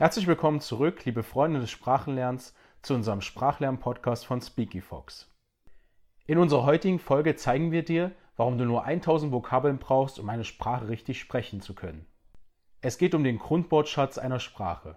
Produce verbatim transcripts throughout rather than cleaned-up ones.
Herzlich willkommen zurück, liebe Freunde des Sprachenlernens, zu unserem Sprachlern-Podcast von SpeakyFox. In unserer heutigen Folge zeigen wir dir, warum du nur tausend Vokabeln brauchst, um eine Sprache richtig sprechen zu können. Es geht um den Grundwortschatz einer Sprache.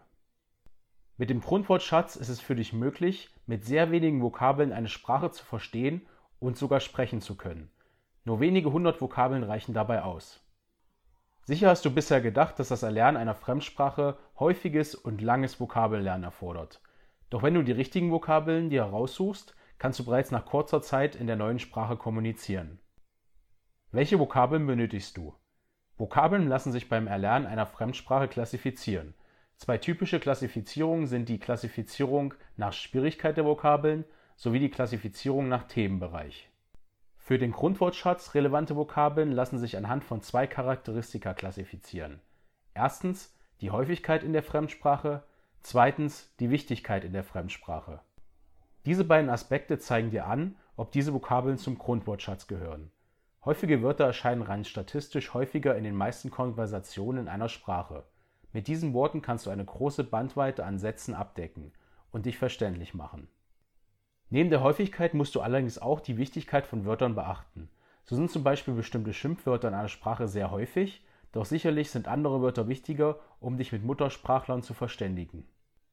Mit dem Grundwortschatz ist es für dich möglich, mit sehr wenigen Vokabeln eine Sprache zu verstehen und sogar sprechen zu können. Nur wenige hundert Vokabeln reichen dabei aus. Sicher hast du bisher gedacht, dass das Erlernen einer Fremdsprache häufiges und langes Vokabellernen erfordert. Doch wenn du die richtigen Vokabeln dir heraussuchst, kannst du bereits nach kurzer Zeit in der neuen Sprache kommunizieren. Welche Vokabeln benötigst du? Vokabeln lassen sich beim Erlernen einer Fremdsprache klassifizieren. Zwei typische Klassifizierungen sind die Klassifizierung nach Schwierigkeit der Vokabeln sowie die Klassifizierung nach Themenbereich. Für den Grundwortschatz relevante Vokabeln lassen sich anhand von zwei Charakteristika klassifizieren. Erstens die Häufigkeit in der Fremdsprache, zweitens die Wichtigkeit in der Fremdsprache. Diese beiden Aspekte zeigen dir an, ob diese Vokabeln zum Grundwortschatz gehören. Häufige Wörter erscheinen rein statistisch häufiger in den meisten Konversationen in einer Sprache. Mit diesen Worten kannst du eine große Bandweite an Sätzen abdecken und dich verständlich machen. Neben der Häufigkeit musst du allerdings auch die Wichtigkeit von Wörtern beachten. So sind zum Beispiel bestimmte Schimpfwörter in einer Sprache sehr häufig, doch sicherlich sind andere Wörter wichtiger, um dich mit Muttersprachlern zu verständigen.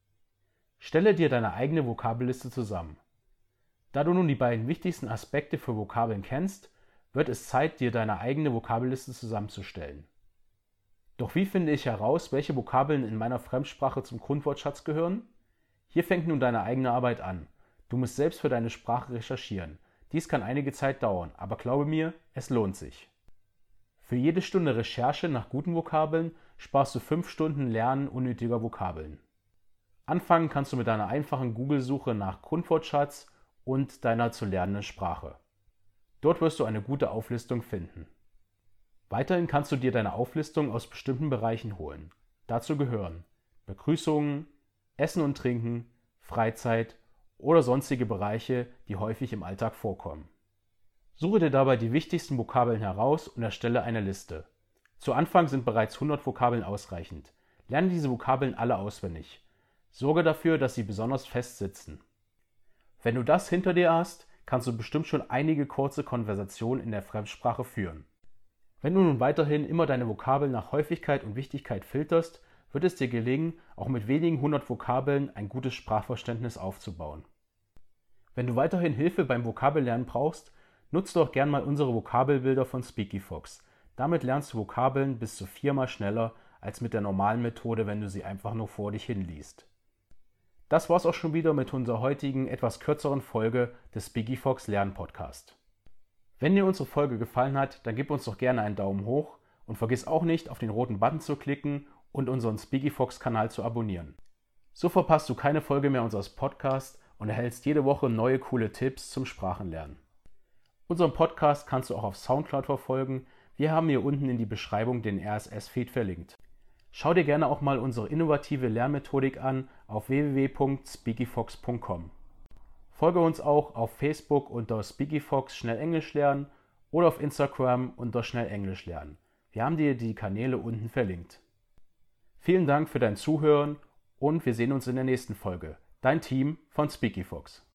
Stelle dir deine eigene Vokabelliste zusammen. Da du nun die beiden wichtigsten Aspekte für Vokabeln kennst, wird es Zeit, dir deine eigene Vokabelliste zusammenzustellen. Doch wie finde ich heraus, welche Vokabeln in meiner Fremdsprache zum Grundwortschatz gehören? Hier fängt nun deine eigene Arbeit an. Du musst selbst für deine Sprache recherchieren. Dies kann einige Zeit dauern, aber glaube mir, es lohnt sich. Für jede Stunde Recherche nach guten Vokabeln sparst du fünf Stunden Lernen unnötiger Vokabeln. Anfangen kannst du mit deiner einfachen Google-Suche nach Grundwortschatz und deiner zu lernenden Sprache. Dort wirst du eine gute Auflistung finden. Weiterhin kannst du dir deine Auflistung aus bestimmten Bereichen holen. Dazu gehören Begrüßungen, Essen und Trinken, Freizeit oder sonstige Bereiche, die häufig im Alltag vorkommen. Suche dir dabei die wichtigsten Vokabeln heraus und erstelle eine Liste. Zu Anfang sind bereits hundert Vokabeln ausreichend. Lerne diese Vokabeln alle auswendig. Sorge dafür, dass sie besonders fest sitzen. Wenn du das hinter dir hast, kannst du bestimmt schon einige kurze Konversationen in der Fremdsprache führen. Wenn du nun weiterhin immer deine Vokabeln nach Häufigkeit und Wichtigkeit filterst, wird es dir gelingen, auch mit wenigen hundert Vokabeln ein gutes Sprachverständnis aufzubauen. Wenn du weiterhin Hilfe beim Vokabellernen brauchst, nutze doch gern mal unsere Vokabelbilder von SpeakyFox. Damit lernst du Vokabeln bis zu viermal schneller als mit der normalen Methode, wenn du sie einfach nur vor dich hinliest. Das war's auch schon wieder mit unserer heutigen, etwas kürzeren Folge des SpeakyFox Lernpodcast. Wenn dir unsere Folge gefallen hat, dann gib uns doch gerne einen Daumen hoch und vergiss auch nicht, auf den roten Button zu klicken und unseren SpeakyFox-Kanal zu abonnieren. So verpasst du keine Folge mehr unseres Podcasts und erhältst jede Woche neue coole Tipps zum Sprachenlernen. Unseren Podcast kannst du auch auf Soundcloud verfolgen. Wir haben hier unten in die Beschreibung den R S S-Feed verlinkt. Schau dir gerne auch mal unsere innovative Lernmethodik an auf w w w punkt speakyfox punkt com. Folge uns auch auf Facebook unter SpeakyFox Schnell Englisch lernen oder auf Instagram unter Schnell Englisch lernen. Wir haben dir die Kanäle unten verlinkt. Vielen Dank für dein Zuhören und wir sehen uns in der nächsten Folge. Dein Team von SpeakyFox.